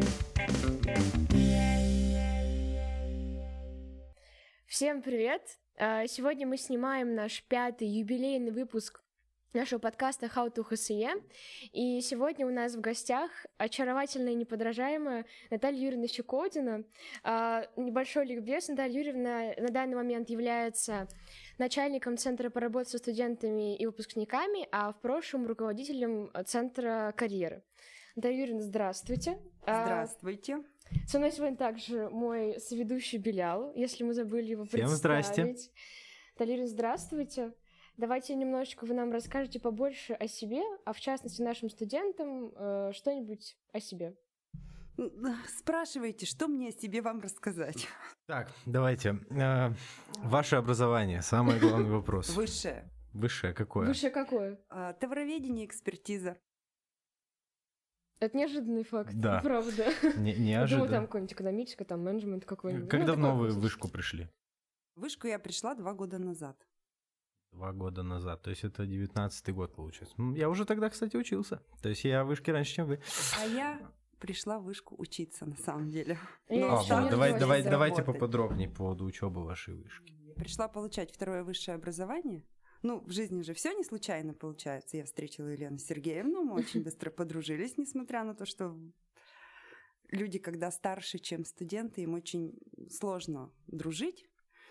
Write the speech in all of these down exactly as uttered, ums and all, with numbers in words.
Всем привет! Сегодня мы снимаем наш пятый юбилейный выпуск нашего подкаста How to эйч эс и и, и сегодня у нас в гостях очаровательная и неподражаемая Наталья Юрьевна Щекотина. Небольшой ликбез. Наталья Юрьевна на данный момент является начальником Центра по работе со студентами и выпускниками, а в прошлом руководителем Центра карьеры. Наталья Юрьевна, здравствуйте. Здравствуйте. Со мной сегодня также мой соведущий Белял, если мы забыли его представить. Всем здрасте. Наталья Юрьевна, здравствуйте. Давайте немножечко вы нам расскажете побольше о себе, а в частности нашим студентам э, что-нибудь о себе. Спрашивайте, что мне о себе вам рассказать? Так, давайте. Э, ваше образование, самый главный вопрос. Высшее. Высшее какое? Высшее какое? А, товароведение, экспертиза. Это неожиданный факт, да. Правда. Не, неожиданно. Я думала, там какой-нибудь экономический, там менеджмент какой-нибудь. Как ну, давно вы в вышку пришли? В вышку я пришла два года назад. Два года назад, то есть это девятнадцатый год получается. Я уже тогда, кстати, учился. То есть я в вышке раньше, чем вы. А я пришла в вышку учиться, на самом деле. Но а, давай, давай, давай, давайте заработать. поподробнее по поводу учебы вашей вышки. Я пришла получать второе высшее образование. Ну, в жизни же все не случайно получается. Я встретила Елену Сергеевну, мы очень быстро подружились, несмотря на то, что люди, когда старше, чем студенты, им очень сложно дружить.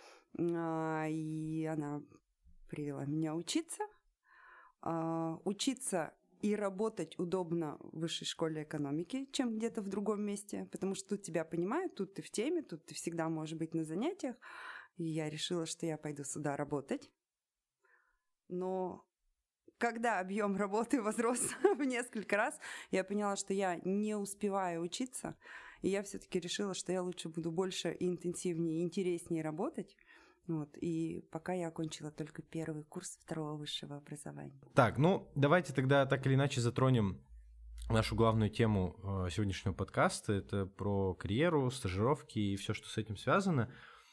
И она привела меня учиться. Учиться и работать удобно в высшей школе экономики, чем где-то в другом месте, потому что тут тебя понимают, тут ты в теме, тут ты всегда можешь быть на занятиях. И я решила, что я пойду сюда работать. Но когда объем работы возрос в несколько раз, я поняла, что я не успеваю учиться, и я все-таки решила, что я лучше буду больше и интенсивнее, и интереснее работать. Вот, и пока я окончила только первый курс второго высшего образования. Так, ну давайте тогда так или иначе затронем нашу главную тему сегодняшнего подкаста. Это про карьеру, стажировки и все, что с этим связано.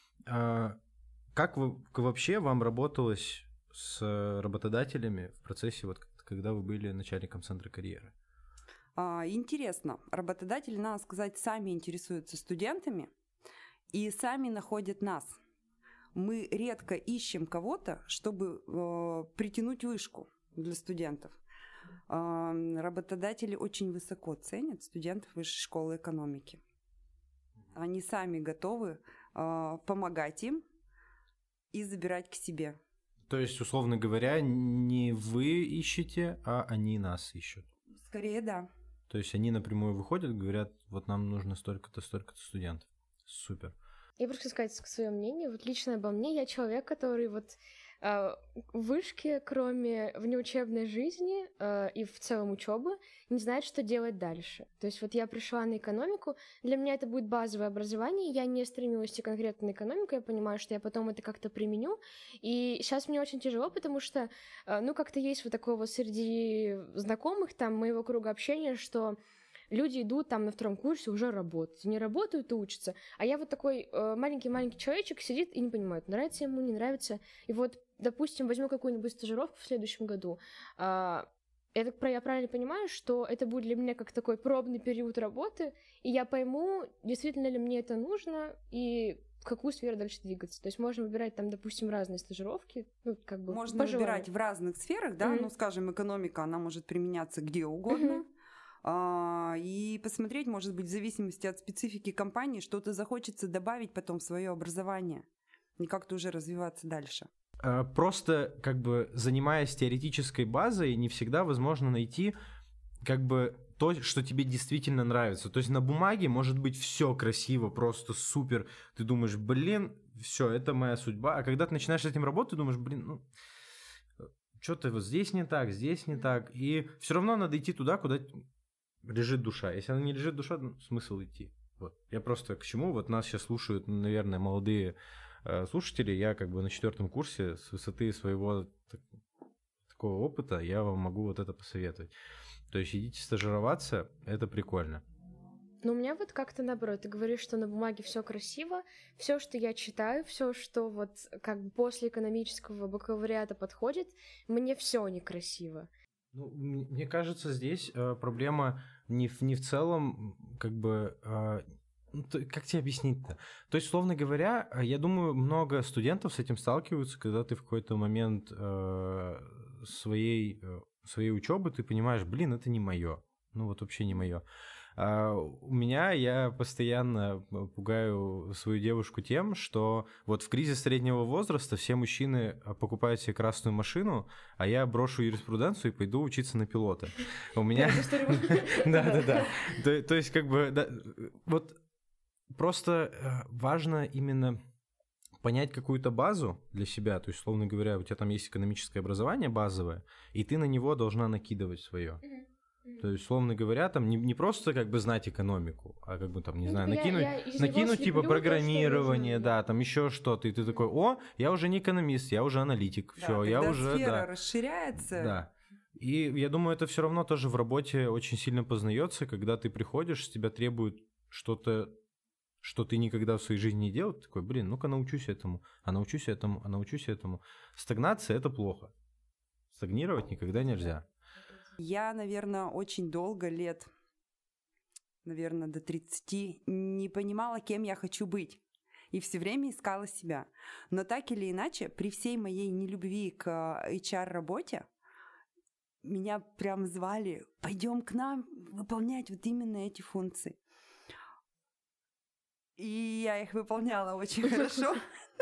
Как вы, вообще вам работалось с работодателями в процессе, вот когда вы были начальником Центра карьеры? А, интересно. Работодатели, надо сказать, сами интересуются студентами и сами находят нас. Мы редко ищем кого-то, чтобы э, притянуть вышку для студентов. Э, работодатели очень высоко ценят студентов высшей школы экономики. Они сами готовы э, помогать им и забирать к себе. То есть, условно говоря, не вы ищете, а они нас ищут. Скорее, да. То есть они напрямую выходят, говорят, вот нам нужно столько-то, столько-то студентов. Супер. Я просто хочу сказать свое мнение. Вот лично обо мне, я человек, который вот э, в вышке, кроме внеучебной жизни э, и в целом учебы, не знает, что делать дальше. То есть вот я пришла на экономику, для меня это будет базовое образование, я не стремилась идти конкретно на экономику, я понимаю, что я потом это как-то применю, и сейчас мне очень тяжело, потому что, э, ну, как-то есть вот такое вот среди знакомых, там, моего круга общения, что люди идут там на втором курсе уже работать, не работают и учатся. А я вот такой э, маленький-маленький человечек сидит и не понимает, нравится ему, не нравится. И вот, допустим, возьму какую-нибудь стажировку в следующем году. Э, я, так, я правильно понимаю, что это будет для меня как такой пробный период работы, и я пойму, действительно ли мне это нужно, и в какую сферу дальше двигаться. То есть можно выбирать там, допустим, разные стажировки. Ну, как бы можно выбирать в разных сферах, да, mm-hmm. ну, скажем, экономика, она может применяться где угодно. Mm-hmm. И посмотреть, может быть, в зависимости от специфики компании, что-то захочется добавить потом в свое образование и как-то уже развиваться дальше. Просто как бы занимаясь теоретической базой, не всегда возможно найти как бы то, что тебе действительно нравится. То есть на бумаге может быть все красиво, просто супер. Ты думаешь, блин, все, это моя судьба. А когда ты начинаешь с этим работать, ты думаешь, блин, ну что-то вот здесь не так, здесь не так. И все равно надо идти туда, куда лежит душа. Если она не лежит душа, ну, смысл идти. Вот. Я просто к чему? Вот нас сейчас слушают, наверное, молодые э, слушатели. Я как бы на четвертом курсе с высоты своего так, такого опыта я вам могу вот это посоветовать. То есть идите стажироваться, это прикольно. Но у меня вот как-то наоборот, ты говоришь, что на бумаге все красиво, все, что я читаю, все, что вот как бы после экономического бакалавриата подходит, мне все некрасиво. Ну, мне кажется, здесь э, проблема не в, не в целом, как бы, э, ну, то, как тебе объяснить-то? То есть, условно говоря, я думаю, много студентов с этим сталкиваются, когда ты в какой-то момент э, своей, э, своей учебы, ты понимаешь, блин, это не мое. Ну вот вообще не мое. А у меня я постоянно пугаю свою девушку тем, что вот в кризис среднего возраста все мужчины покупают себе красную машину, а я брошу юриспруденцию и пойду учиться на пилота. У меня... Да-да-да. То есть как бы... Вот просто важно именно понять какую-то базу для себя, то есть, условно говоря, у тебя там есть экономическое образование базовое, и ты на него должна накидывать свое. То есть, условно говоря, там не, не просто как бы знать экономику, а как бы там, не ну, знаю, накинуть, я, я накинуть типа программирование, то, да, там еще что-то, и ты такой, о, я уже не экономист, я уже аналитик, да, все, я уже, сфера да, расширяется. Да. И я думаю, это все равно тоже в работе очень сильно познается, когда ты приходишь, с тебя требуют что-то, что ты никогда в своей жизни не делал, ты такой, блин, ну-ка научусь этому, а научусь этому, а научусь этому. Стагнация – это плохо. Стагнировать никогда нельзя. Я, наверное, очень долго, лет, наверное, до тридцати, не понимала, кем я хочу быть. И все время искала себя. Но так или иначе, при всей моей нелюбви к эйч ар-работе, меня прям звали, пойдем к нам выполнять вот именно эти функции. И я их выполняла очень хорошо.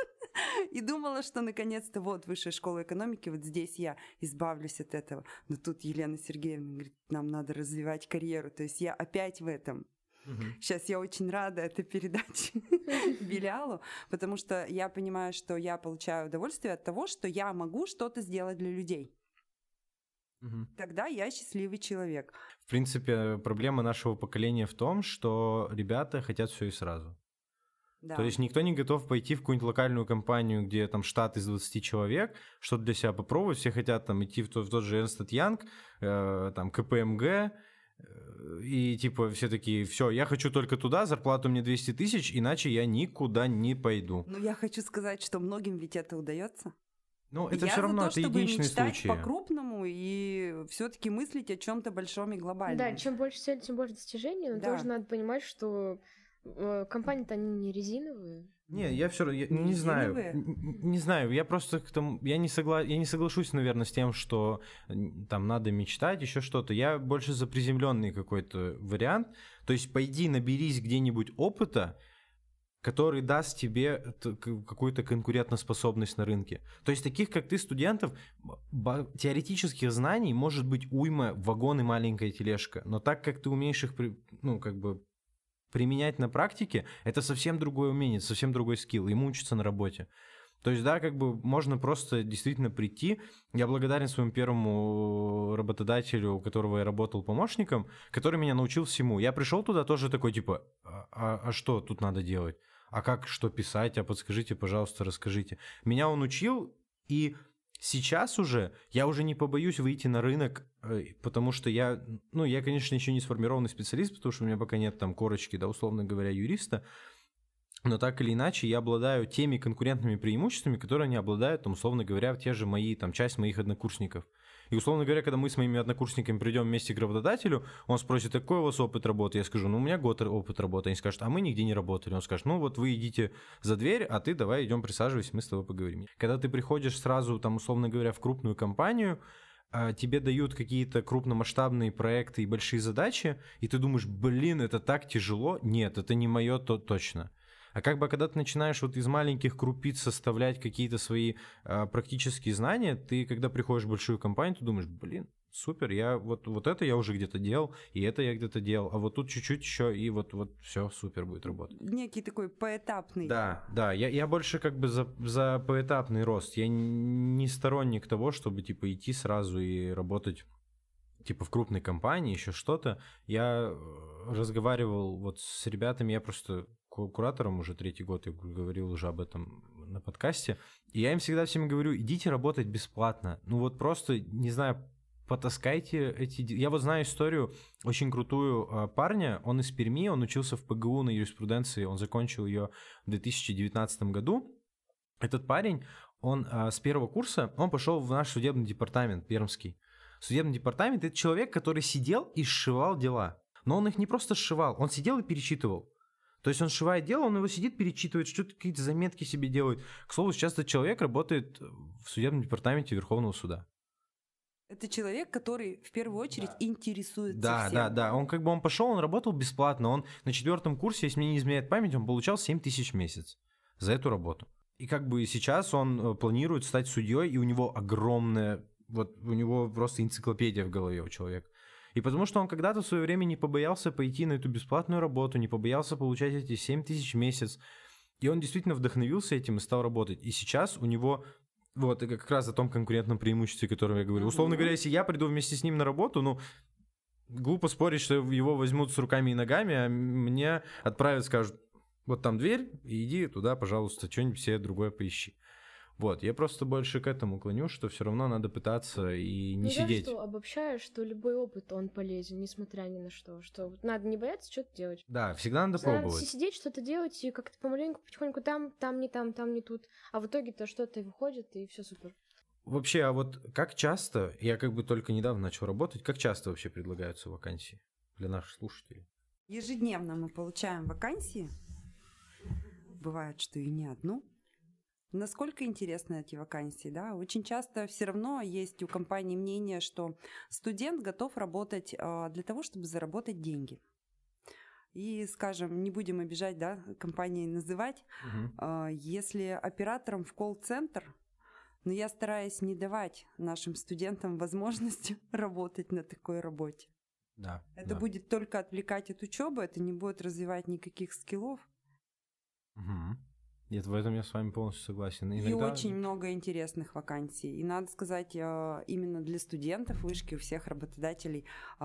И думала, что наконец-то вот высшая школа экономики, вот здесь я избавлюсь от этого. Но тут Елена Сергеевна говорит, нам надо развивать карьеру. То есть я опять в этом. Угу. Сейчас я очень рада это передать Белялу, потому что я понимаю, что я получаю удовольствие от того, что я могу что-то сделать для людей. Угу. Тогда я счастливый человек. В принципе, проблема нашего поколения в том, что ребята хотят все и сразу. Да. То есть никто не готов пойти в какую-нибудь локальную компанию, где там штат из двадцати человек, что-то для себя попробовать. Все хотят там идти в тот, в тот же Ernst энд Young, э, там ка пэ эм гэ, э, и типа все такие, все, я хочу только туда, зарплату мне двести тысяч, иначе я никуда не пойду. Но я хочу сказать, что многим ведь это удается. Ну, это я все равно, это единичный случай. По-крупному и все-таки мыслить о чем-то большом и глобальном. Да, чем больше цель, тем больше достижений, но да. тоже надо понимать, что компании-то они не резиновые. Не, я все равно, не, не знаю, не, не знаю, я просто к тому, я не согла, я не соглашусь, наверное, с тем, что там надо мечтать, еще что-то. Я больше за приземленный какой-то вариант. То есть пойди наберись где-нибудь опыта, который даст тебе какую-то конкурентоспособность на рынке. То есть таких, как ты, студентов, теоретических знаний может быть уйма, вагон и маленькая тележка. Но так как ты умеешь их, ну, как бы применять на практике, это совсем другое умение, совсем другой скилл. Ему учиться на работе. То есть, да, как бы можно просто действительно прийти. Я благодарен своему первому работодателю, у которого я работал помощником, который меня научил всему. Я пришел туда тоже такой, типа, а, а что тут надо делать? А как, что писать? А подскажите, пожалуйста, расскажите. Меня он учил, и сейчас уже я уже не побоюсь выйти на рынок, потому что я, ну, я, конечно, еще не сформированный специалист, потому что у меня пока нет там корочки, да, условно говоря, юриста. Но так или иначе я обладаю теми конкурентными преимуществами, которые они обладают, там, условно говоря, те же мои, там, часть моих однокурсников. И, условно говоря, когда мы с моими однокурсниками придем вместе к работодателю, он спросит, какой у вас опыт работы? Я скажу, ну, у меня год опыт работы. Они скажут, а мы нигде не работали. Он скажет, ну, вот вы идите за дверь, а ты давай идем присаживайся, мы с тобой поговорим. Когда ты приходишь сразу, там, условно говоря, в крупную компанию, тебе дают какие-то крупномасштабные проекты и большие задачи, и ты думаешь, блин, это так тяжело. Нет, это не мое, то точно. А как бы когда ты начинаешь вот из маленьких крупиц составлять какие-то свои а, практические знания, ты когда приходишь в большую компанию, ты думаешь, блин, супер, я вот, вот это я уже где-то делал, и это я где-то делал, а вот тут чуть-чуть еще, и вот, вот все супер будет работать. Некий такой поэтапный. Да, да, я, я больше как бы за, за поэтапный рост. Я не сторонник того, чтобы типа идти сразу и работать типа в крупной компании, еще что-то. Я разговаривал вот с ребятами, я просто куратором уже третий год, я говорил уже об этом на подкасте, и я им всегда всем говорю, идите работать бесплатно. Ну вот просто, не знаю, потаскайте эти... Я вот знаю историю очень крутую парня, он из Перми, он учился в пэ гэ у на юриспруденции, он закончил ее в две тысячи девятнадцатом году. Этот парень, он с первого курса, он пошел в наш судебный департамент пермский. Судебный департамент – это человек, который сидел и сшивал дела. Но он их не просто сшивал, он сидел и перечитывал. То есть он сшивает дело, он его сидит, перечитывает, что-то какие-то заметки себе делает. К слову, сейчас этот человек работает в судебном департаменте Верховного суда. Это человек, который в первую очередь да. интересуется да, всем. Да, да, да. Он как бы он пошел, он работал бесплатно. Он на четвертом курсе, если мне не изменяет память, он получал семь тысяч в месяц за эту работу. И как бы сейчас он планирует стать судьей, и у него огромная, вот у него просто энциклопедия в голове у человека. И потому что он когда-то в свое время не побоялся пойти на эту бесплатную работу, не побоялся получать эти семь тысяч в месяц. И он действительно вдохновился этим и стал работать. И сейчас у него... Вот, это как раз о том конкурентном преимуществе, о котором я говорю. Условно говоря, если я приду вместе с ним на работу, ну, глупо спорить, что его возьмут с руками и ногами, а мне отправят, скажут, вот там дверь, и иди туда, пожалуйста, что-нибудь себе другое поищи. Вот, я просто больше к этому клоню, что все равно надо пытаться и не ну, сидеть. Я что, обобщаю, что любой опыт, он полезен, несмотря ни на что. Что надо не бояться что-то делать. Да, всегда надо всегда пробовать. Надо сидеть, что-то делать, и как-то помаленьку, потихоньку там, там не там, там не тут. А в итоге-то что-то выходит, и все супер. Вообще, а вот как часто, я как бы только недавно начал работать, как часто вообще предлагаются вакансии для наших слушателей? Ежедневно мы получаем вакансии. Бывает, что и не одну. Насколько интересны эти вакансии, да? Очень часто все равно есть у компании мнение, что студент готов работать для того, чтобы заработать деньги. И, скажем, не будем обижать, да, компании называть, угу. Если оператором в колл-центр, но я стараюсь не давать нашим студентам возможность работать на такой работе. Да, это да. будет только отвлекать от учебы, это не будет развивать никаких скиллов. Угу. Нет, в этом я с вами полностью согласен. Иногда... И очень много интересных вакансий. И надо сказать, именно для студентов вышки у всех работодателей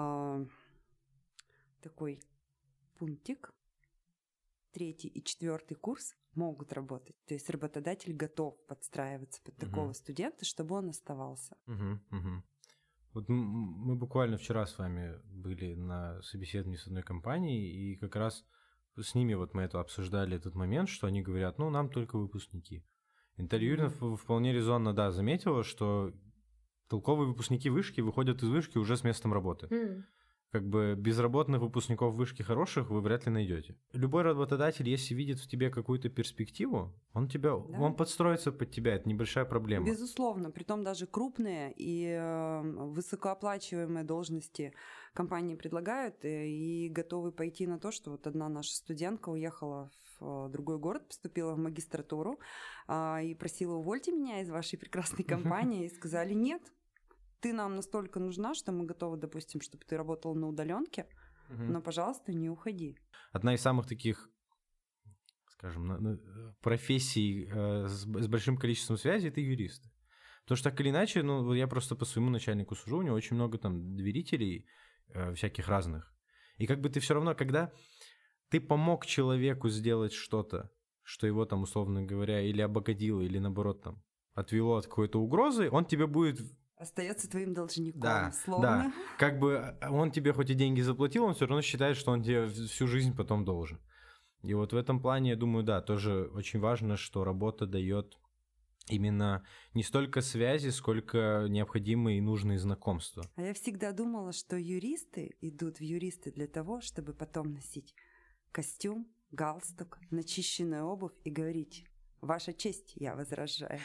такой пунктик. Третий и четвертый курс могут работать. То есть работодатель готов подстраиваться под угу. такого студента, чтобы он оставался. Угу, угу. Вот мы буквально вчера с вами были на собеседовании с одной компанией, и как раз с ними вот мы это обсуждали, этот момент, что они говорят, ну, нам только выпускники. Наталья Юрьевна mm-hmm. вполне резонно, да, заметила, что толковые выпускники вышки выходят из вышки уже с местом работы. Mm-hmm. Как бы безработных выпускников вышки хороших вы вряд ли найдете. Любой работодатель, если видит в тебе какую-то перспективу, он тебя, да. он подстроится под тебя, это небольшая проблема. Безусловно, притом даже крупные и высокооплачиваемые должности компании предлагают и готовы пойти на то, что вот одна наша студентка уехала в другой город, поступила в магистратуру и просила: увольте меня из вашей прекрасной компании, и сказали: нет. Ты нам настолько нужна, что мы готовы, допустим, чтобы ты работал на удаленке, угу. но, пожалуйста, не уходи. Одна из самых таких, скажем, профессий с большим количеством связей – это юристы. Потому что так или иначе, ну, я просто по своему начальнику сужу, у него очень много там доверителей всяких разных. И как бы ты все равно, когда ты помог человеку сделать что-то, что его там, условно говоря, или обогатило, или наоборот там отвело от какой-то угрозы, он тебе будет... Остается твоим должником, да, словно. Да, как бы он тебе хоть и деньги заплатил, он все равно считает, что он тебе всю жизнь потом должен. И вот в этом плане, я думаю, да, тоже очень важно, что работа дает именно не столько связи, сколько необходимые и нужные знакомства. А я всегда думала, что юристы идут в юристы для того, чтобы потом носить костюм, галстук, начищенную обувь и говорить: «Ваша честь, я возражаю».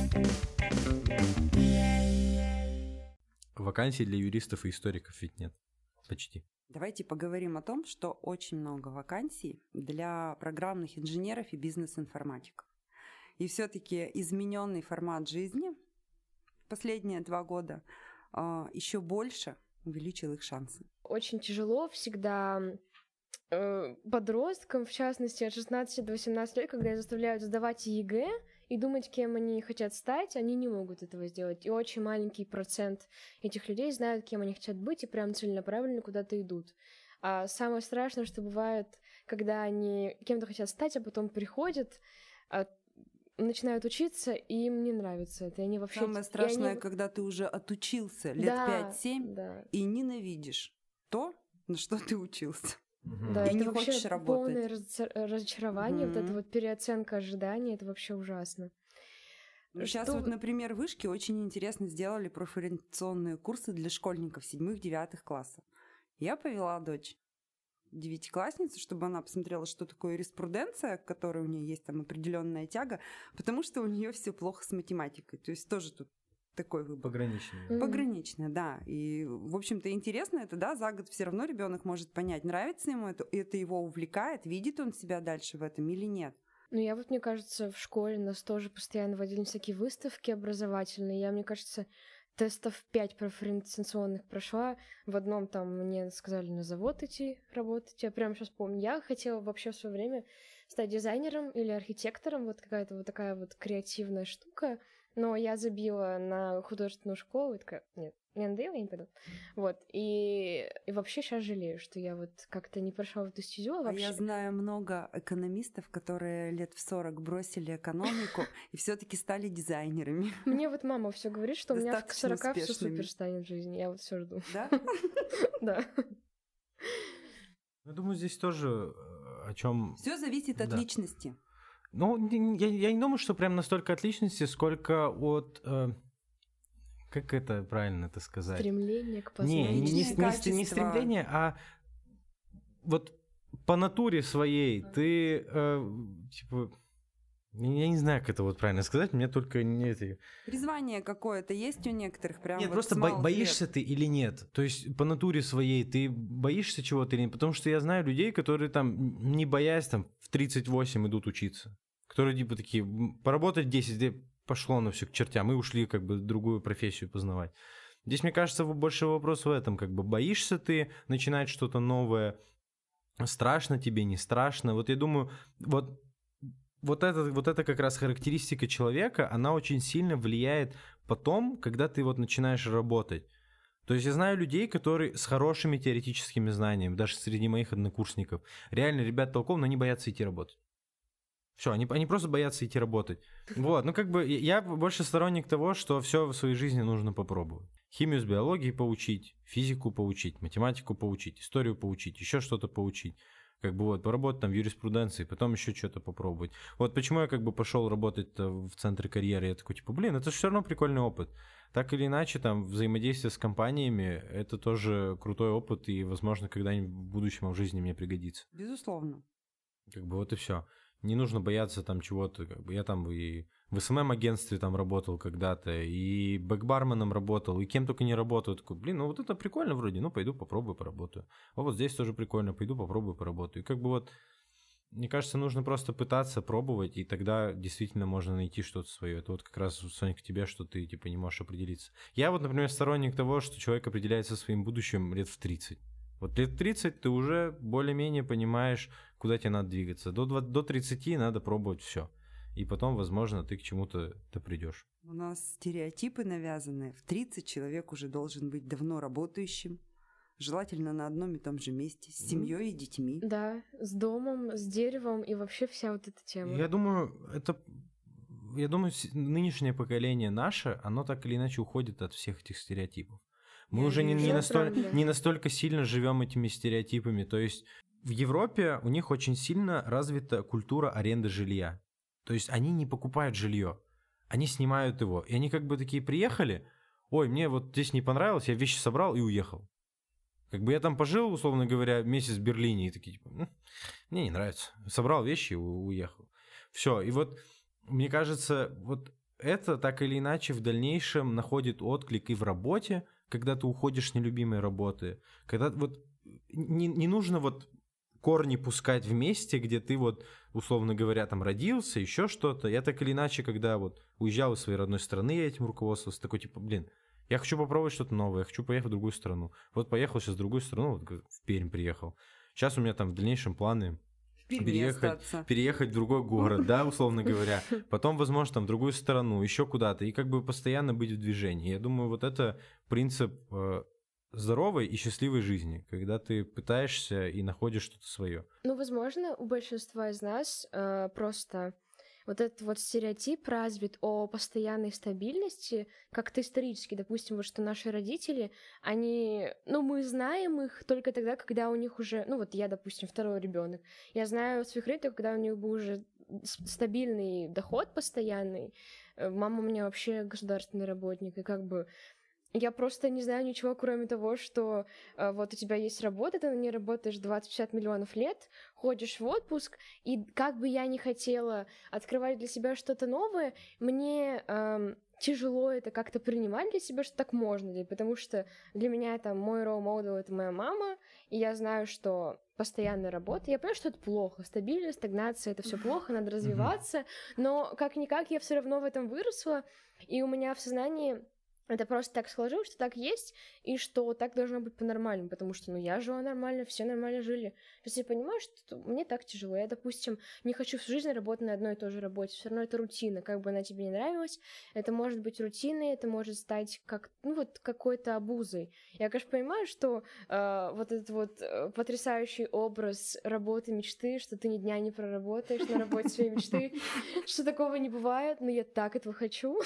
Вакансий для юристов и историков ведь нет. Почти. Давайте поговорим о том, что очень много вакансий для программных инженеров и бизнес-информатиков. И все-таки измененный формат жизни последние два года э, еще больше увеличил их шансы. Очень тяжело всегда э, подросткам, в частности от шестнадцати до восемнадцати лет, когда их заставляют сдавать ЕГЭ и думать, кем они хотят стать, они не могут этого сделать. И очень маленький процент этих людей знают, кем они хотят быть, и прям целенаправленно куда-то идут. А самое страшное, что бывает, когда они кем-то хотят стать, а потом приходят, а, начинают учиться, и им не нравится это. И они вообще... Самое страшное, они... когда ты уже отучился лет да, пять-семь да. и ненавидишь то, на что ты учился. Угу. Да, и это не вообще хочешь работать. Полное разочарование, угу. вот эта вот переоценка ожиданий, это вообще ужасно. Сейчас что... вот, например, в Вышке очень интересно сделали профориентационные курсы для школьников седьмых-девятых классов. Я повела дочь девятиклассницу, чтобы она посмотрела, что такое юриспруденция, к которой у нее есть там определенная тяга, потому что у нее все плохо с математикой. То есть тоже тут такой выбор. Пограничный. Мгм. Погранично, да. И, в общем-то, интересно это, да, за год все равно ребенок может понять, нравится ему это, это его увлекает, видит он себя дальше в этом или нет. Ну, я вот, мне кажется, в школе нас тоже постоянно водили на всякие выставки образовательные. Я, мне кажется, тестов пять профориентационных прошла. В одном там мне сказали на завод идти работать. Я прямо сейчас помню. Я хотела вообще в свое время стать дизайнером или архитектором. Вот какая-то вот такая вот креативная штука. Но я забила на художественную школу и такая, нет, мне надоело, я не пойду. Вот, и, и вообще сейчас жалею, что я вот как-то не прошла в эту стезю, а А вообще... я знаю много экономистов, которые лет в сорок бросили экономику и все-таки стали дизайнерами. Мне вот мама все говорит, что у меня к Достаточно сорока все успешными. супер станет в жизни. Я вот все жду. Да? Да. Я думаю, здесь тоже э, о чем. Все зависит от Да. личности. Ну, не- я, я не думаю, что прям настолько от личности, сколько от. э, как это правильно это сказать? Стремление к Не, не, познанию. не, Личные не ст- не качества. стремление, а вот по натуре своей ты, э, типа, я не знаю, как это вот правильно сказать, мне только не эти... Призвание какое-то есть у некоторых, прям Нет, вот просто с бо- малых боишься лет. ты или нет? То есть по натуре своей ты боишься чего-то или нет? Потому что я знаю людей, которые там, не боясь, там в тридцать восемь идут учиться. Которые типа такие, «М, поработать десять лет, пошло на все к чертям, и ушли как бы другую профессию познавать. Здесь, мне кажется, больше вопрос в этом, как бы боишься ты начинать что-то новое, страшно тебе, не страшно. Вот я думаю, вот, вот, это, вот это как раз характеристика человека, она очень сильно влияет потом, когда ты вот начинаешь работать. То есть я знаю людей, которые с хорошими теоретическими знаниями, даже среди моих однокурсников, реально ребят толково, но они боятся идти работать. Все, они, они просто боятся идти работать. Вот, ну как бы я больше сторонник того, что все в своей жизни нужно попробовать. Химию с биологией поучить, физику поучить, математику поучить, историю поучить, еще что-то поучить. Как бы вот, поработать там в юриспруденции, потом еще что-то попробовать. Вот почему я как бы пошел работать в центре карьеры, я такой, типа, блин, это же все равно прикольный опыт. Так или иначе, там, взаимодействие с компаниями, это тоже крутой опыт, и, возможно, когда-нибудь в будущем в жизни мне пригодится. Безусловно. Как бы вот и все. Не нужно бояться там чего-то. Как бы я там и в эс эм эм-агентстве там работал когда-то, и бэкбарменом работал, и кем только не работал. Такой, блин, ну вот это прикольно вроде, ну пойду попробую, поработаю. А вот здесь тоже прикольно, пойду попробую, поработаю. И как бы вот, мне кажется, нужно просто пытаться пробовать, и тогда действительно можно найти что-то свое. Это вот как раз, Соня, к тебе, что ты типа не можешь определиться. Я вот, например, сторонник того, что человек определяется своим будущим лет в тридцать. Вот лет тридцать ты уже более-менее понимаешь, куда тебе надо двигаться. До, двадцати, до тридцати надо пробовать все. И потом, возможно, ты к чему-то ты придешь. У нас стереотипы навязаны. В тридцать человек уже должен быть давно работающим, желательно на одном и том же месте, с семьей и детьми. Да, с домом, с деревом и вообще вся вот эта тема. Я думаю, это... Я думаю, с- нынешнее поколение наше, оно так или иначе уходит от всех этих стереотипов. Мы Я уже не, не, вижу, настоль- правда. не настолько сильно живем этими стереотипами. То есть в Европе у них очень сильно развита культура аренды жилья. То есть они не покупают жилье, они снимают его. И они как бы такие приехали, ой, мне вот здесь не понравилось, я вещи собрал и уехал. Как бы я там пожил, условно говоря, месяц в Берлине, и такие, типа, «М, мне не нравится. Собрал вещи и у- уехал. Все, и вот мне кажется, вот это так или иначе в дальнейшем находит отклик и в работе, когда ты уходишь с нелюбимой работы, когда вот не, не нужно вот корни пускать в месте, где ты вот, условно говоря, там родился, еще что-то. Я так или иначе, когда вот уезжал из своей родной страны, я этим руководствовался, такой типа, блин, я хочу попробовать что-то новое, я хочу поехать в другую страну. Вот поехал сейчас в другую страну, вот в Пермь приехал. Сейчас у меня там в дальнейшем планы В Перми переехать, остаться. переехать в другой город, да, условно говоря. Потом, возможно, там в другую страну, еще куда-то. И как бы постоянно быть в движении. Я думаю, вот это принцип э, здоровой и счастливой жизни, когда ты пытаешься и находишь что-то свое. Ну, возможно, у большинства из нас э, просто вот этот вот стереотип развит о постоянной стабильности, как-то исторически, допустим, вот что наши родители, они, ну, мы знаем их только тогда, когда у них уже, ну, вот я, допустим, второй ребенок, я знаю своих родителей, когда у них был уже с- стабильный доход постоянный, Э, мама у меня вообще государственный работник, и как бы я просто не знаю ничего, кроме того, что э, вот у тебя есть работа, ты на ней работаешь двадцать-пятьдесят миллионов лет, ходишь в отпуск, и как бы я ни хотела открывать для себя что-то новое, мне э, тяжело это как-то принимать для себя, что так можно, потому что для меня там мой role model — это моя мама, и я знаю, что постоянная работа, я понимаю, что это плохо, стабильность, стагнация — это все плохо, надо развиваться, но как-никак я все равно в этом выросла, и у меня в сознании это просто так сложилось, что так есть, и что так должно быть по-нормальному, потому что, ну, я жила нормально, все нормально жили. Сейчас я понимаю, что мне так тяжело. Я, допустим, не хочу всю жизнь работать на одной и той же работе. Все равно это рутина, как бы она тебе не нравилась. Это может быть рутиной, это может стать как, ну, вот какой-то обузой. Я, конечно, понимаю, что э, вот этот вот э, потрясающий образ работы мечты, что ты ни дня не проработаешь на работе своей мечты, что такого не бывает, но я так этого хочу.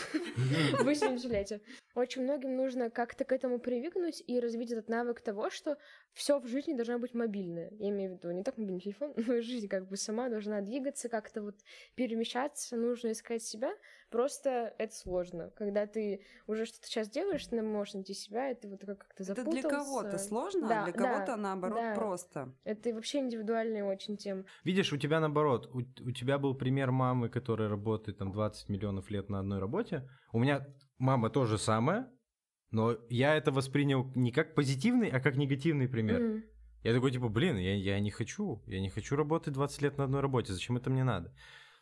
Вы не жалеете. Очень многим нужно как-то к этому привыкнуть и развить этот навык того, что все в жизни должно быть мобильное. Я имею в виду не только мобильный телефон, но и жизнь как бы сама должна двигаться, как-то вот перемещаться, нужно искать себя. Просто это сложно. Когда ты уже что-то сейчас делаешь, ты не можешь найти себя, и ты вот как-то запутался. Это для кого-то сложно, да, а для кого-то, да, наоборот, да. просто. Это вообще индивидуальная очень тема. Видишь, у тебя наоборот. У, у тебя был пример мамы, которая работает там двадцать миллионов лет на одной работе. У меня мама то же самое, но я это воспринял не как позитивный, а как негативный пример. Mm. Я такой, типа, блин, я, я не хочу. Я не хочу работать двадцать лет на одной работе. Зачем это мне надо?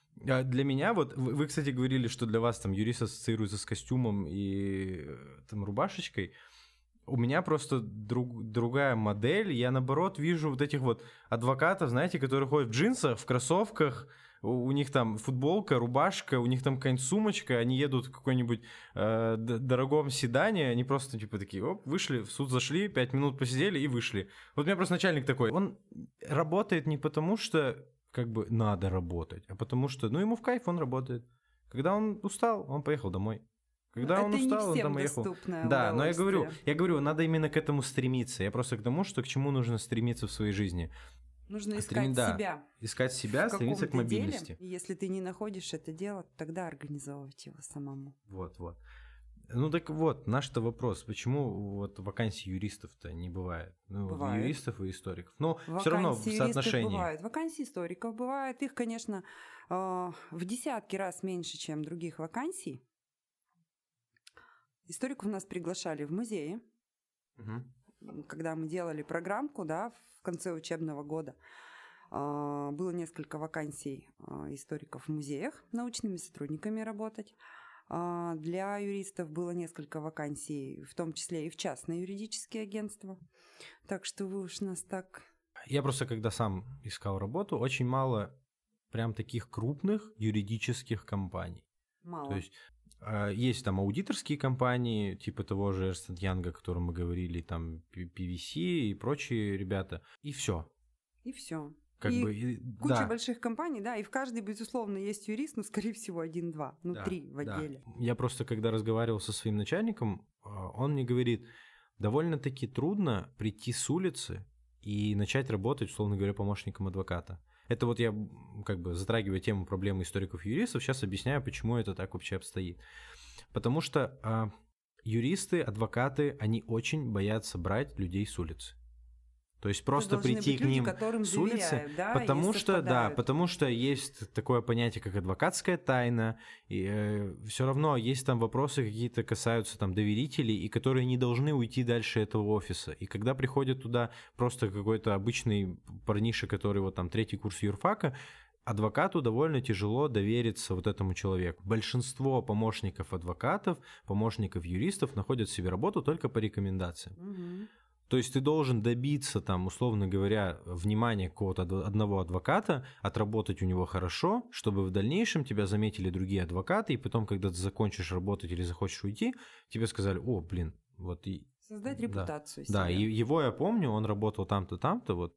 А для меня, вот, вы, вы, кстати, говорили, что для вас там юрист ассоциируется с костюмом и там рубашечкой. У меня просто друг, другая модель. Я, наоборот, вижу вот этих вот адвокатов, знаете, которые ходят в джинсах, в кроссовках, у них там футболка, рубашка, у них там какая-нибудь сумочка, они едут в какой-нибудь э, дорогом седане, они просто типа такие, оп, вышли, в суд зашли, пять минут посидели и вышли. Вот у меня просто начальник такой, он работает не потому, что как бы надо работать, а потому что, ну, ему в кайф, он работает. Когда он устал, он поехал домой. Когда это он устал, он там уехал. Да, но я говорю, я говорю, надо именно к этому стремиться. Я просто к тому, что к чему нужно стремиться в своей жизни. Нужно искать Стрем... да. себя. Искать себя, стремиться к мобильности. Деле, и если ты не находишь это дело, тогда организовывать его самому. Вот, вот. Ну так вот, наш-то вопрос, почему вот вакансий юристов-то не бывает? Ну, бывает. Юристов и историков. Но все равно в соотношении. Бывают. Вакансии историков бывают. Их, конечно, в десятки раз меньше, чем других вакансий. Историков нас приглашали в музеи. Угу. Когда мы делали программку, да, в конце учебного года, было несколько вакансий историков в музеях, научными сотрудниками работать. Для юристов было несколько вакансий, в том числе и в частные юридические агентства. Так что вы уж нас так... Я просто, когда сам искал работу, очень мало прям таких крупных юридических компаний. Мало. То есть есть там аудиторские компании, типа того же Эрнст энд Янга, о котором мы говорили, там пи ви си и прочие ребята, и все. И все. Как и бы, и, куча да. больших компаний, да, и в каждой, безусловно, есть юрист, но, скорее всего, один-два, ну, да, три в отделе. Да. Я просто, когда разговаривал со своим начальником, он мне говорит, довольно-таки трудно прийти с улицы и начать работать, условно говоря, помощником адвоката. Это вот я, как бы, затрагивая тему проблемы историков и юристов, сейчас объясняю, почему это так вообще обстоит. Потому что а, юристы, адвокаты, они очень боятся брать людей с улицы. То есть просто прийти к ним люди, с улицы, да, потому что, да, потому что есть такое понятие, как адвокатская тайна, и э, все равно есть там вопросы какие-то касаются там доверителей, и которые не должны уйти дальше этого офиса. И когда приходит туда просто какой-то обычный парниша, который вот там третий курс юрфака, адвокату довольно тяжело довериться вот этому человеку. Большинство помощников адвокатов, помощников юристов находят себе работу только по рекомендациям. Угу. То есть ты должен добиться, там, условно говоря, внимания какого-то одного адвоката, отработать у него хорошо, чтобы в дальнейшем тебя заметили другие адвокаты, и потом, когда ты закончишь работать или захочешь уйти, тебе сказали, о, блин, вот и... Создать репутацию. Да, да, и его я помню, он работал там-то, там-то, вот.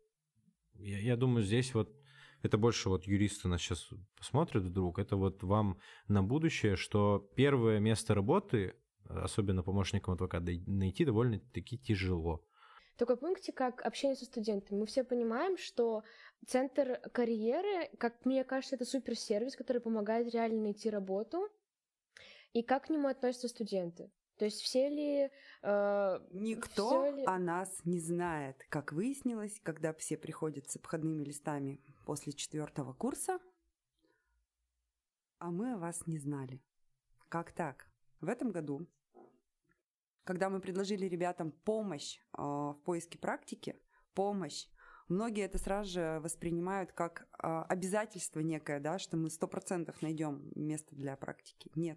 Я, я думаю, здесь вот, это больше вот юристы нас сейчас посмотрят вдруг, это вот вам на будущее, что первое место работы, особенно помощником адвоката, найти довольно-таки тяжело. Такой пунктик, как общение со студентами. Мы все понимаем, что центр карьеры, как мне кажется, это суперсервис, который помогает реально найти работу. И как к нему относятся студенты? То То есть все ли... Э, Никто всё ли... о нас не знает. Как выяснилось, когда все приходят с обходными листами после четвертого курса, а мы о вас не знали. Как так? В этом году, когда мы предложили ребятам помощь э, в поиске практики, помощь, многие это сразу же воспринимают как э, обязательство некое, да, что мы сто процентов найдем место для практики. Нет.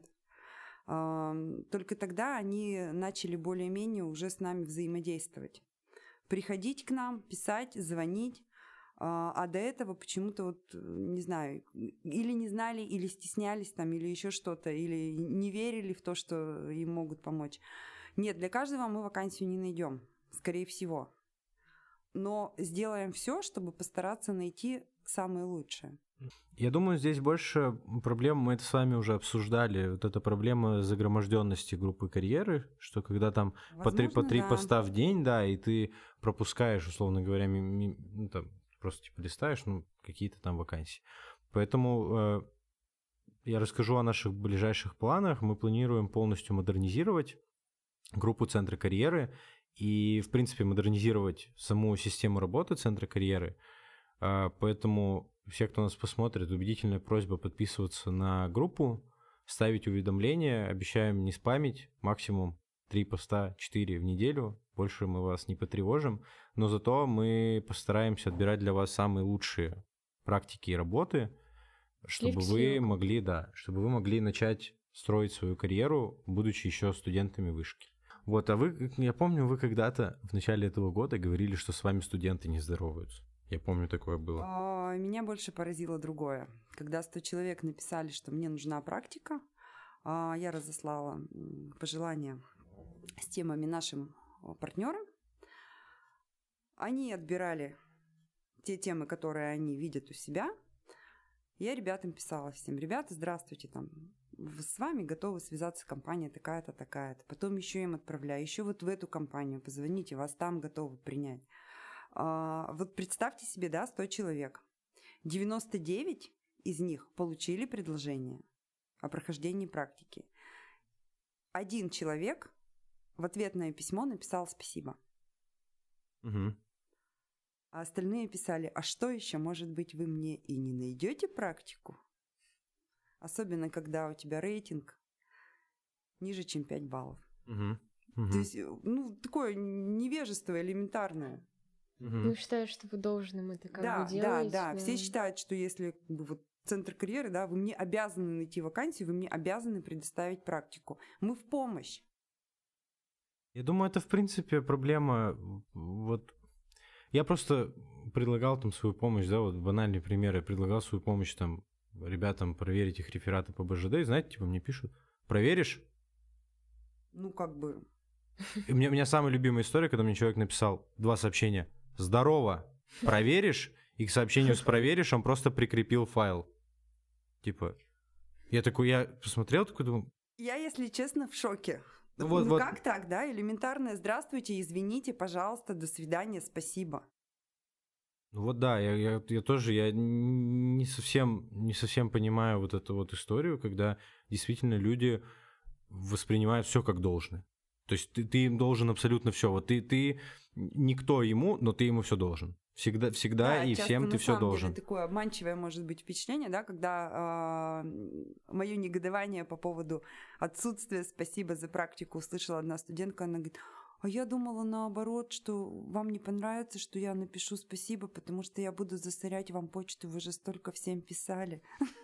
Э, только тогда они начали более-менее уже с нами взаимодействовать. Приходить к нам, писать, звонить. Э, а до этого почему-то, вот, не знаю, или не знали, или стеснялись там, или еще что-то, или не верили в то, что им могут помочь. Нет, для каждого мы вакансию не найдем, скорее всего. Но сделаем все, чтобы постараться найти самое лучшее. Я думаю, здесь больше проблем, мы это с вами уже обсуждали, вот эта проблема загроможденности группы карьеры, что когда там Возможно, по три, по три да. поста в день, да, и ты пропускаешь, условно говоря, ми, ми, ну, там, просто типа листаешь, ну, какие-то там вакансии. Поэтому э, я расскажу о наших ближайших планах. Мы планируем полностью модернизировать группу Центра карьеры и, в принципе, модернизировать саму систему работы Центра карьеры. Поэтому все, кто нас посмотрит, убедительная просьба подписываться на группу, ставить уведомления. Обещаем не спамить, максимум три поста, четыре в неделю. Больше мы вас не потревожим, но зато мы постараемся отбирать для вас самые лучшие практики и работы, чтобы вы могли, да, чтобы вы могли начать строить свою карьеру, будучи еще студентами вышки. Вот, а вы, я помню, вы когда-то в начале этого года говорили, что с вами студенты не здороваются. Я помню, такое было. А, меня больше поразило другое. Когда сто человек написали, что мне нужна практика, а, я разослала пожелания с темами нашим партнерам. Они отбирали те темы, которые они видят у себя. Я ребятам писала всем: ребята, здравствуйте, там, с вами готова связаться компания такая-то, такая-то. Потом еще им отправляю, еще вот в эту компанию позвоните, вас там готовы принять. А, вот представьте себе, да, сто человек. девяносто девять из них получили предложение о прохождении практики. Один человек в ответное письмо написал спасибо. Угу. А остальные писали: а что еще, может быть, вы мне и не найдете практику? Особенно, когда у тебя рейтинг ниже, чем пять баллов. Угу. Угу. То есть, ну, такое невежество элементарное. Угу. Ну, считаю, что вы должны это как да, бы делать. Да, да, но... все считают, что если как бы, вот, центр карьеры, да, вы мне обязаны найти вакансию, вы мне обязаны предоставить практику. Мы в помощь. Я думаю, это, в принципе, проблема. Вот я просто предлагал там свою помощь, да, вот банальный пример, я предлагал свою помощь там ребятам проверить их рефераты по бэ жэ дэ, и знаете, типа мне пишут: проверишь? Ну, как бы... И у меня, у меня самая любимая история, когда мне человек написал два сообщения: здорово, проверишь? И к сообщению с проверишь он просто прикрепил файл. Типа, я такой, я посмотрел, такой думаю... Я, если честно, в шоке. Ну, ну вот, вот. Как так, да? Элементарное здравствуйте, извините, пожалуйста, до свидания, спасибо. Ну вот да, я, я, я тоже я не совсем, не совсем понимаю вот эту вот историю, когда действительно люди воспринимают все как должное. То есть ты, ты им должен абсолютно все. Вот ты, ты никто ему, но ты ему все должен. Всегда, всегда да, и часто, всем ты все должен. Деле, такое обманчивое может быть впечатление, да, когда э, мое негодование по поводу отсутствия спасибо за практику услышала одна студентка, она говорит: а я думала наоборот, что вам не понравится, что я напишу спасибо, потому что я буду засорять вам почту, вы же столько всем писали.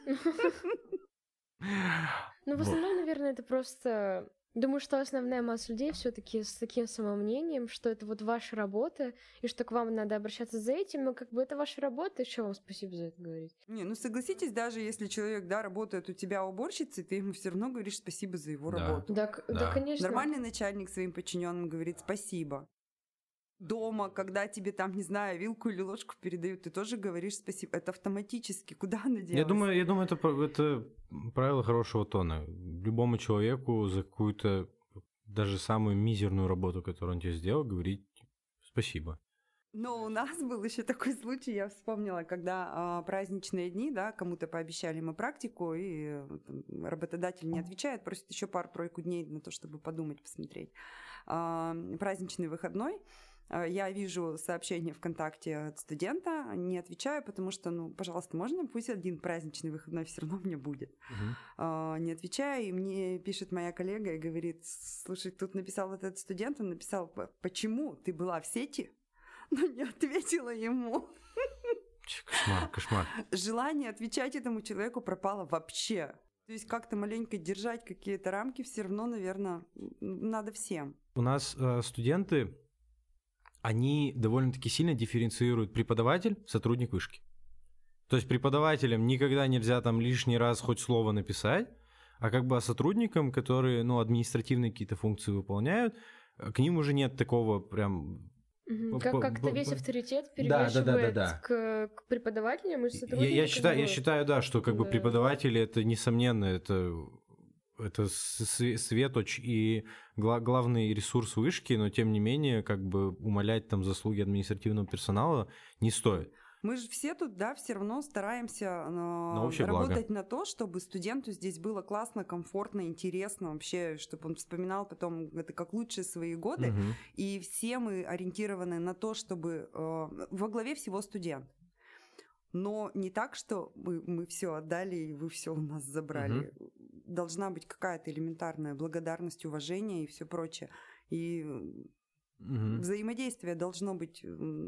Ну, в основном, наверное, это просто... Думаю, что основная масса людей все-таки с таким самомнением, что это вот ваша работа, и что к вам надо обращаться за этим, но как бы это ваша работа, и что вам спасибо за это говорить? Не, ну согласитесь, даже если человек, да, работает у тебя уборщицей, ты ему все равно говоришь спасибо за его да. работу. Да, да. да, конечно. Нормальный начальник своим подчиненным говорит спасибо. Дома, когда тебе там, не знаю, вилку или ложку передают, ты тоже говоришь спасибо. Это автоматически. Куда она делась? Я думаю, я думаю, это, это правило хорошего тона. Любому человеку за какую-то даже самую мизерную работу, которую он тебе сделал, говорить спасибо. Но у нас был еще такой случай, я вспомнила, когда а, праздничные дни, да, кому-то пообещали мы практику, и там, работодатель не отвечает, просит еще пару-тройку дней на то, чтобы подумать, посмотреть. А, праздничный выходной. А, я вижу сообщение ВКонтакте от студента, не отвечаю, потому что, ну, пожалуйста, можно, пусть один праздничный выходной все равно мне будет. Uh-huh. А, не отвечаю, и мне пишет моя коллега и говорит: слушай, тут написал этот студент, он написал: почему ты была в сети, но не ответила ему. Кошмар, кошмар. Желание отвечать этому человеку пропало вообще. То есть как-то маленько держать какие-то рамки все равно, наверное, надо всем. У нас э, студенты, они довольно-таки сильно дифференцируют преподаватель, сотрудник вышки. То есть преподавателям никогда нельзя там лишний раз хоть слово написать, а как бы сотрудникам, которые, ну, административные какие-то функции выполняют, к ним уже нет такого прям... Как, как-то весь авторитет перевешивает да, да, да, да, да. К, к преподавателям и сотрудникам. Я, я, считаю, я считаю, да, что как да. бы преподаватели это несомненно, это, это светоч и гла- главный ресурс вышки, но тем не менее как бы умалять там заслуги административного персонала не стоит. Мы же все тут, да, все равно стараемся э, на работать благо. На то, чтобы студенту здесь было классно, комфортно, интересно вообще, чтобы он вспоминал потом это как лучшие свои годы. Угу. И все мы ориентированы на то, чтобы э, во главе всего студент. Но не так, что мы, мы все отдали, и вы все у нас забрали. Угу. Должна быть какая-то элементарная благодарность, уважение и все прочее. И угу. взаимодействие должно быть...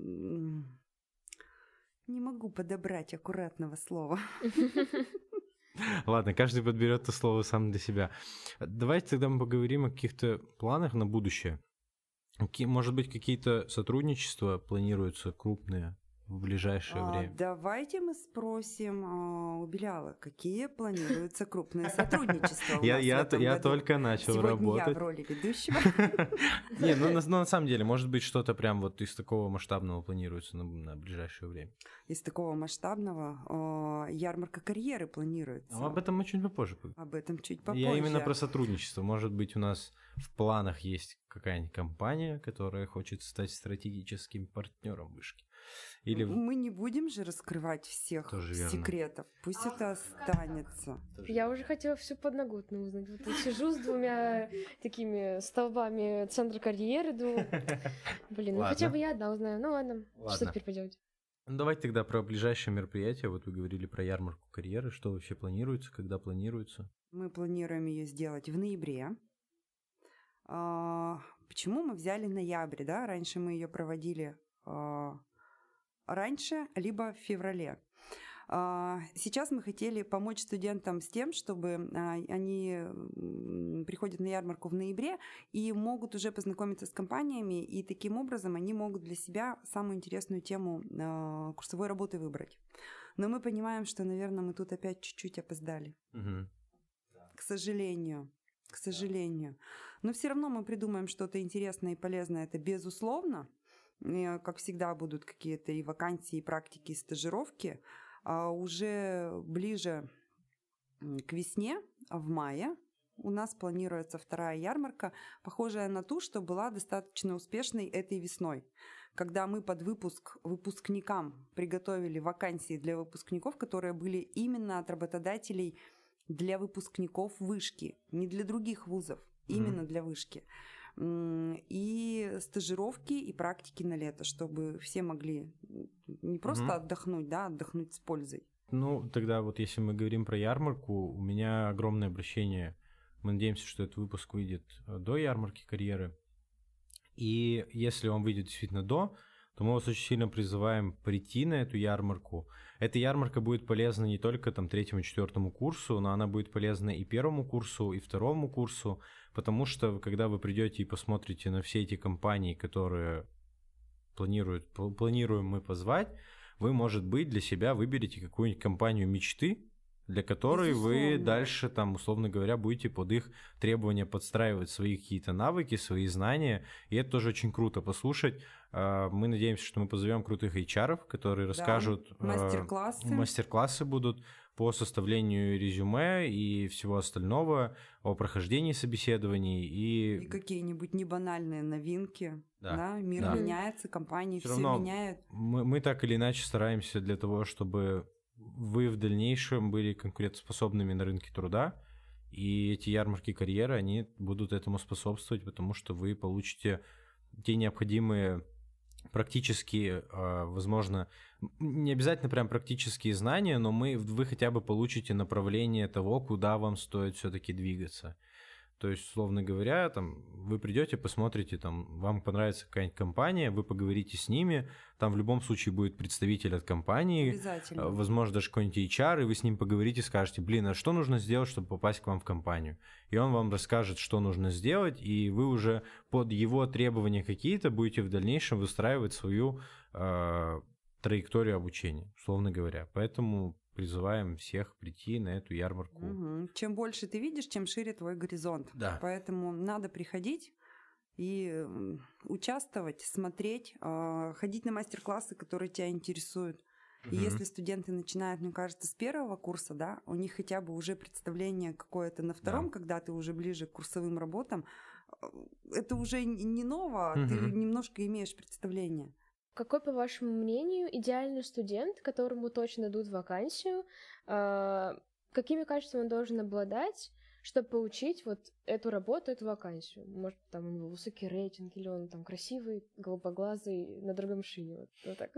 Не могу подобрать аккуратного слова. Ладно, каждый подберет то слово сам для себя. Давайте тогда мы поговорим о каких-то планах на будущее. Может быть, какие-то сотрудничества планируются крупные в ближайшее а, время? Давайте мы спросим а, у Беляла, какие планируются крупные сотрудничества у я, нас я, в этом я году. только начал Сегодня работать. Я в роли ведущего. Не, ну на самом деле, может быть, что-то прям вот из такого масштабного планируется на ближайшее время. Из такого масштабного ярмарка карьеры планируется. Об этом мы чуть попозже поговорим. Об этом чуть попозже. Я именно про сотрудничество. Может быть, у нас в планах есть какая-нибудь компания, которая хочет стать стратегическим партнером вышки. Или... Мы не будем же раскрывать всех Тоже секретов. Верно. Пусть это останется. Тоже Я верно. Уже хотела всю подноготную узнать. Вот я сижу с двумя такими столбами центра карьеры, думаю, блин, ну хотя бы я одна узнаю. Ну ладно, ладно. Что теперь поделать? Ну давайте тогда про ближайшее мероприятие. Вот вы говорили про ярмарку карьеры. Что вообще планируется, когда планируется? Мы планируем ее сделать в ноябре. А, почему мы взяли ноябрь, да? Раньше мы ее проводили... А, раньше, либо в феврале. Сейчас мы хотели помочь студентам с тем, чтобы они приходят на ярмарку в ноябре и могут уже познакомиться с компаниями, и таким образом они могут для себя самую интересную тему курсовой работы выбрать. Но мы понимаем, что, наверное, мы тут опять чуть-чуть опоздали. Угу. К сожалению. К сожалению. Но все равно мы придумаем что-то интересное и полезное, это безусловно. Как всегда, будут какие-то и вакансии, и практики, и стажировки. А уже ближе к весне, в мае, у нас планируется вторая ярмарка, похожая на ту, что была достаточно успешной этой весной, когда мы под выпуск выпускникам приготовили вакансии для выпускников, которые были именно от работодателей для выпускников вышки, не для других вузов, именно mm-hmm. для вышки. И стажировки, и практики на лето, чтобы все могли не просто угу. отдохнуть, да, отдохнуть с пользой. Ну, тогда вот если мы говорим про ярмарку, у меня огромное обращение. Мы надеемся, что этот выпуск выйдет до ярмарки карьеры. И если он выйдет действительно до, то мы вас очень сильно призываем прийти на эту ярмарку. Эта ярмарка будет полезна не только там третьему и четвертому курсу, но она будет полезна и первому курсу, и второму курсу, потому что когда вы придете и посмотрите на все эти компании, которые планируют, планируем мы позвать, вы, может быть, для себя выберете какую-нибудь компанию мечты для которой Безусловно. вы дальше, там, условно говоря, будете под их требования подстраивать свои какие-то навыки, свои знания, и это тоже очень круто послушать. Мы надеемся, что мы позовем крутых эйч ар-ов, которые расскажут... Да, мастер-классы. Мастер-классы будут по составлению резюме и всего остального, о прохождении собеседований и... И какие-нибудь небанальные новинки. Да, да? Мир да. меняется, компании Всё все равно меняют. Мы, мы так или иначе стараемся для того, чтобы вы в дальнейшем были конкурентоспособными на рынке труда, и эти ярмарки карьеры, они будут этому способствовать, потому что вы получите те необходимые практические, возможно, не обязательно прям практические знания, но мы, вы хотя бы получите направление того, куда вам стоит все-таки двигаться. То есть, условно говоря, там, вы придете, посмотрите, там, вам понравится какая-нибудь компания, вы поговорите с ними, там в любом случае будет представитель от компании, Обязательно. возможно, даже какой-нибудь эйч ар, и вы с ним поговорите, скажете, блин, а что нужно сделать, чтобы попасть к вам в компанию? И он вам расскажет, что нужно сделать, и вы уже под его требования какие-то будете в дальнейшем выстраивать свою э, траекторию обучения, условно говоря. Поэтому призываем всех прийти на эту ярмарку. Угу. Чем больше ты видишь, тем шире твой горизонт. Да. Поэтому надо приходить и участвовать, смотреть, ходить на мастер-классы, которые тебя интересуют. И Угу. если студенты начинают, мне кажется, с первого курса, да, у них хотя бы уже представление какое-то на втором, Да. когда ты уже ближе к курсовым работам, это уже не ново, Угу. ты немножко имеешь представление. Какой, по вашему мнению, идеальный студент, которому точно дадут вакансию, э, какими качествами он должен обладать, чтобы получить вот эту работу, эту вакансию? Может, там у него высокий рейтинг, или он там красивый, голубоглазый, на другом шире, вот, вот так.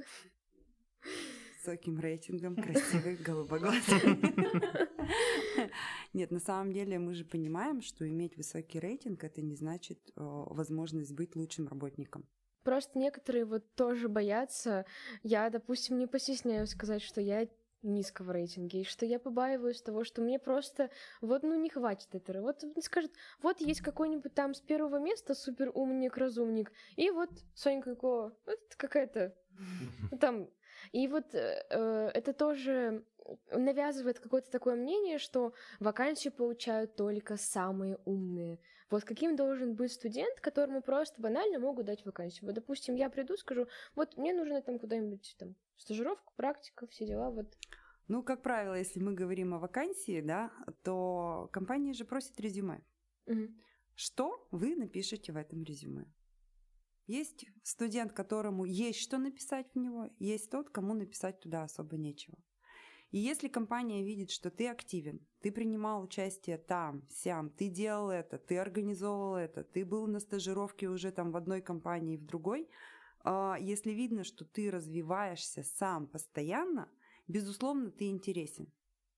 С высоким рейтингом, красивый, голубоглазый. Нет, на самом деле мы же понимаем, что иметь высокий рейтинг – это не значит возможность быть лучшим работником. Просто некоторые вот тоже боятся. Я, допустим, не постесняюсь сказать, что я низкого рейтинга, и что я побаиваюсь того, что мне просто вот, ну, не хватит этого. Вот скажет, вот есть какой-нибудь там с первого места супер умник, разумник, и вот Сонька Ко, вот какая-то там. И вот э, это тоже навязывает какое-то такое мнение, что вакансию получают только самые умные. Вот каким должен быть студент, которому просто банально могут дать вакансию. Вот, допустим, я приду, скажу, вот мне нужно там куда-нибудь там стажировку, практика, все дела, вот. Ну, как правило, если мы говорим о вакансии, да, то компания же просит резюме. Угу. Что вы напишете в этом резюме? Есть студент, которому есть что написать в него, есть тот, кому написать туда особо нечего. И если компания видит, что ты активен, ты принимал участие там, сям, ты делал это, ты организовывал это, ты был на стажировке уже там в одной компании, в другой, если видно, что ты развиваешься сам постоянно, безусловно, ты интересен.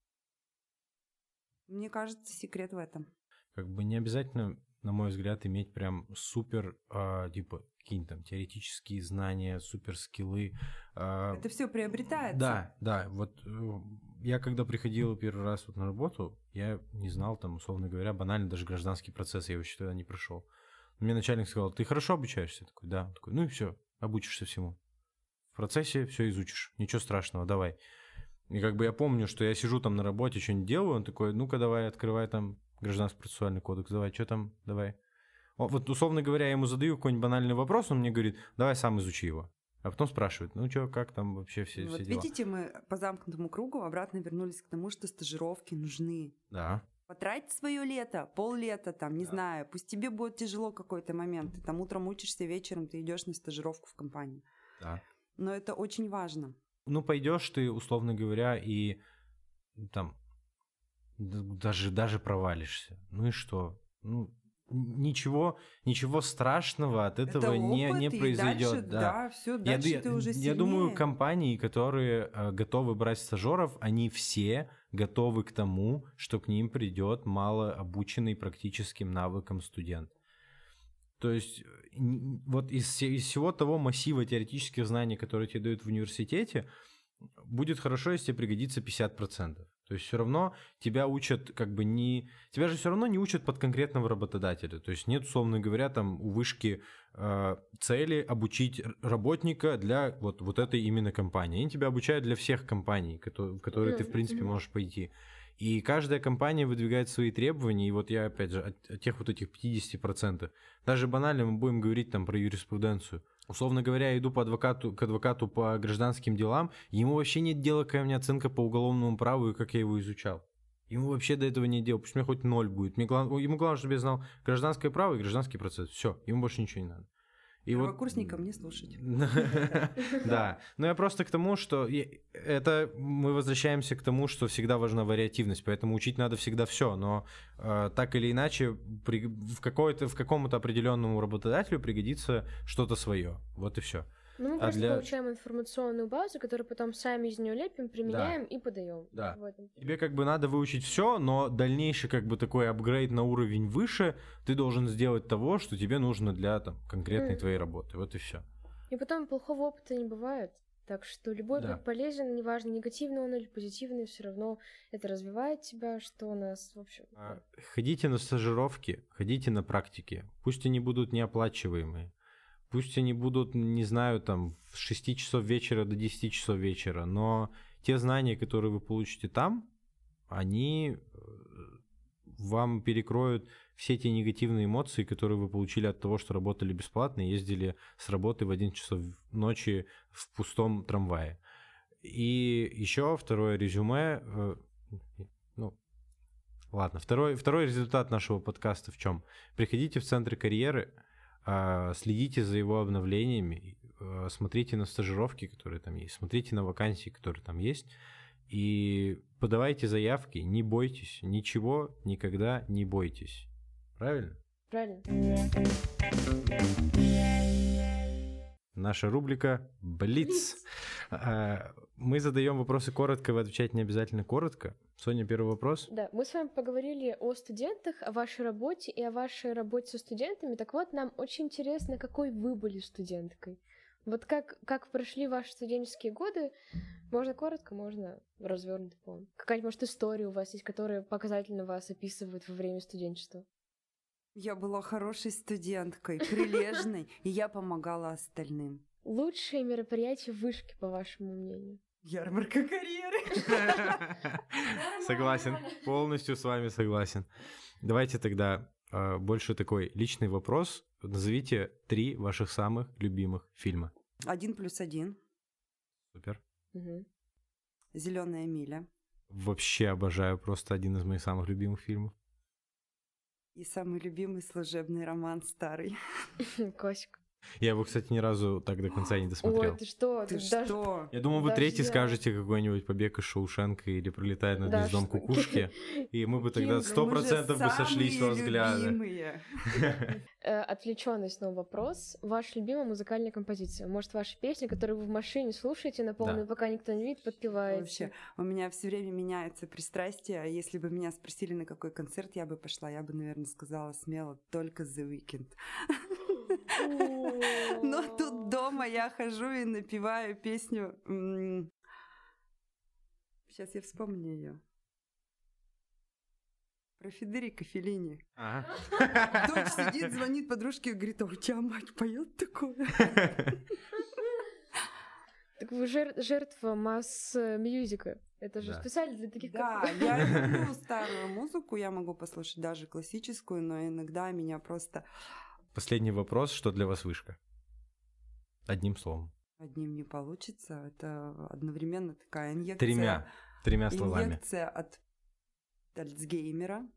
Мне кажется, секрет в этом. Как бы не обязательно, на мой взгляд, иметь прям супер, э, типа, какие-нибудь там теоретические знания, супер скиллы. Э, Это все приобретается. Да, да. Вот э, я когда приходил первый раз вот на работу, я не знал там, условно говоря, банально даже гражданский процесс, я его еще тогда не прошел. Мне начальник сказал, ты хорошо обучаешься? Я такой, да. Он такой, ну и все, обучишься всему. В процессе все изучишь, ничего страшного, давай. И как бы я помню, что я сижу там на работе, что-нибудь делаю, он такой, ну-ка давай, открывай там Гражданский процессуальный кодекс, давай, что там, давай. Вот, условно говоря, я ему задаю какой-нибудь банальный вопрос, он мне говорит, давай сам изучи его. А потом спрашивает, ну что, как там вообще все, вот все дела. Видите, мы по замкнутому кругу обратно вернулись к тому, что стажировки нужны. Да. Потрать свое лето, пол-лета там, не да. знаю, пусть тебе будет тяжело какой-то момент, ты там утром учишься, вечером ты идешь на стажировку в компанию. Да. Но это очень важно. Ну, пойдешь ты, условно говоря, и там даже, даже провалишься. Ну и что? Ну, ничего, ничего страшного от этого это не, опыт, не произойдет. Дальше, да. да, все, дальше я, ты уже сильнее. Я думаю, компании, которые э, готовы брать стажеров, они все готовы к тому, что к ним придет малообученный практическим навыкам студент. То есть вот из, из всего того массива теоретических знаний, которые тебе дают в университете, будет хорошо, если тебе пригодится пятьдесят процентов. То есть все равно тебя учат как бы не... Тебя же все равно не учат под конкретного работодателя. То есть нет, условно говоря, там у вышки э, цели обучить работника для вот, вот этой именно компании. Они тебя обучают для всех компаний, в которые ты, в принципе, можешь пойти. И каждая компания выдвигает свои требования. И вот я, опять же, от, от тех вот этих пятьдесят процентов. Даже банально мы будем говорить там про юриспруденцию. Условно говоря, я иду по адвокату, к адвокату по гражданским делам, ему вообще нет дела, какая у меня оценка по уголовному праву и как я его изучал. Ему вообще до этого нет дела, пусть у меня хоть ноль будет. Мне глав... Ему главное, чтобы я знал гражданское право и гражданский процесс. Все, ему больше ничего не надо. И Первокурсникам вот... не слушать. Да, но я просто к тому, что это мы возвращаемся к тому, что всегда важна вариативность, поэтому учить надо всегда все, но э, так или иначе при, в, какой-то, в какому-то определенному работодателю пригодится что-то свое, вот и все. Ну, мы а просто для... получаем информационную базу, которую потом сами из нее лепим, применяем да. и подаем. Да. Тебе как бы надо выучить все, но дальнейший как бы такой апгрейд на уровень выше ты должен сделать того, что тебе нужно для там, конкретной mm. твоей работы. Вот и все. И потом плохого опыта не бывает. Так что любой да. опыт полезен, неважно, негативный он или позитивный, все равно это развивает тебя, что у нас, в общем... А, ходите на стажировки, ходите на практики. Пусть они будут неоплачиваемые. Пусть они будут, не знаю, там, с шести часов вечера до десяти часов вечера, но те знания, которые вы получите там, они вам перекроют все те негативные эмоции, которые вы получили от того, что работали бесплатно и ездили с работы в один часов ночи в пустом трамвае. И еще второе резюме, ну, ладно, второй, второй результат нашего подкаста в чем? Приходите в центры карьеры, следите за его обновлениями, смотрите на стажировки, которые там есть, смотрите на вакансии, которые там есть, и подавайте заявки, не бойтесь, ничего никогда не бойтесь. Правильно? Правильно. Наша рубрика «Блиц». Мы задаем вопросы коротко, вы отвечаете не обязательно коротко. Соня, первый вопрос. Да, мы с вами поговорили о студентах, о вашей работе и о вашей работе со студентами. Так вот, нам очень интересно, какой вы были студенткой. Вот как, как прошли ваши студенческие годы? Можно коротко, можно развернутый план. Какая-нибудь, может, история у вас есть, которая показательно вас описывает во время студенчества? Я была хорошей студенткой, прилежной, и я помогала остальным. Лучшее мероприятие в вышке, по вашему мнению? Ярмарка карьеры. Согласен, полностью с вами согласен. Давайте тогда э, больше такой личный вопрос. Назовите три ваших самых любимых фильма. Один плюс один. Супер. Угу. Зеленая миля. Вообще обожаю, просто один из моих самых любимых фильмов. И самый любимый служебный роман старый. Классика. Я его, кстати, ни разу так до конца не досмотрел. Ой, ты что? Ты, ты что? Даже... Я думал, вы даже третий я... скажете какой-нибудь «Побег из Шоушенка» или «Пролетает над гнездом да, кукушки», и мы бы тогда сто процентов бы сошлись во взгляды. Отвлеченность на вопрос. Ваша любимая музыкальная композиция? Может, ваши песни, которые вы в машине слушаете на полную, да. пока никто не видит, подпеваете? Вообще, у меня все время меняется пристрастие. Если бы меня спросили, на какой концерт я бы пошла, я бы, наверное, сказала смело только The Weeknd. Но тут дома я хожу и напеваю песню. Сейчас я вспомню ее. Про Федерико Феллини. Ага. Дочь сидит, звонит подружке и говорит: а у тебя мать поет такое? Так вы жертва масс-мьюзика. Это же да. специально для таких, да, как... Да, я люблю старую музыку, я могу послушать даже классическую, но иногда меня просто... Последний вопрос. Что для вас вышка? Одним словом. Одним не получится. Это одновременно такая инъекция... Тремя. Тремя словами. Инъекция от Альцгеймера,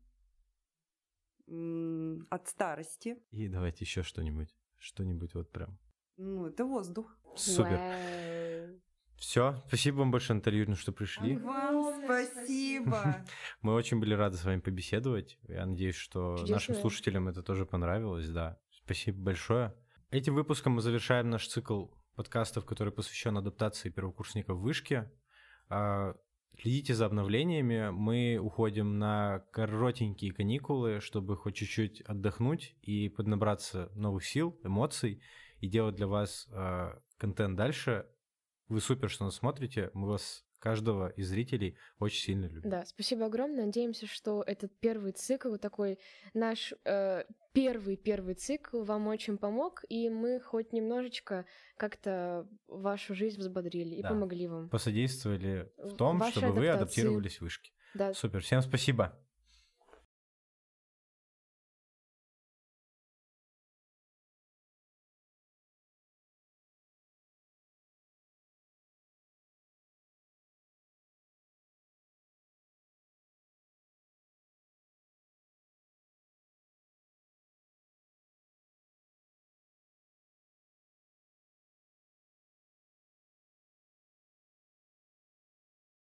от старости. И давайте еще что-нибудь. Что-нибудь вот прям. Ну, это воздух. Супер. Все. Спасибо вам большое, Наталья Юрьевна, что пришли. Вам спасибо. Мы очень были рады с вами побеседовать. Я надеюсь, что Чудесно. Нашим слушателям это тоже понравилось. Да. Спасибо большое. Этим выпуском мы завершаем наш цикл подкастов, который посвящен адаптации первокурсников в вышке. Следите за обновлениями. Мы уходим на коротенькие каникулы, чтобы хоть чуть-чуть отдохнуть и поднабраться новых сил, эмоций и делать для вас контент дальше. Вы супер, что нас смотрите. Мы вас каждого из зрителей очень сильно любим. Да, спасибо огромное. Надеемся, что этот первый цикл, такой наш э, первый-первый цикл вам очень помог, и мы хоть немножечко как-то вашу жизнь взбодрили и Да. помогли вам. Посодействовали в том, Вашей чтобы вы адаптации. адаптировались в вышке. Да. Супер, всем спасибо.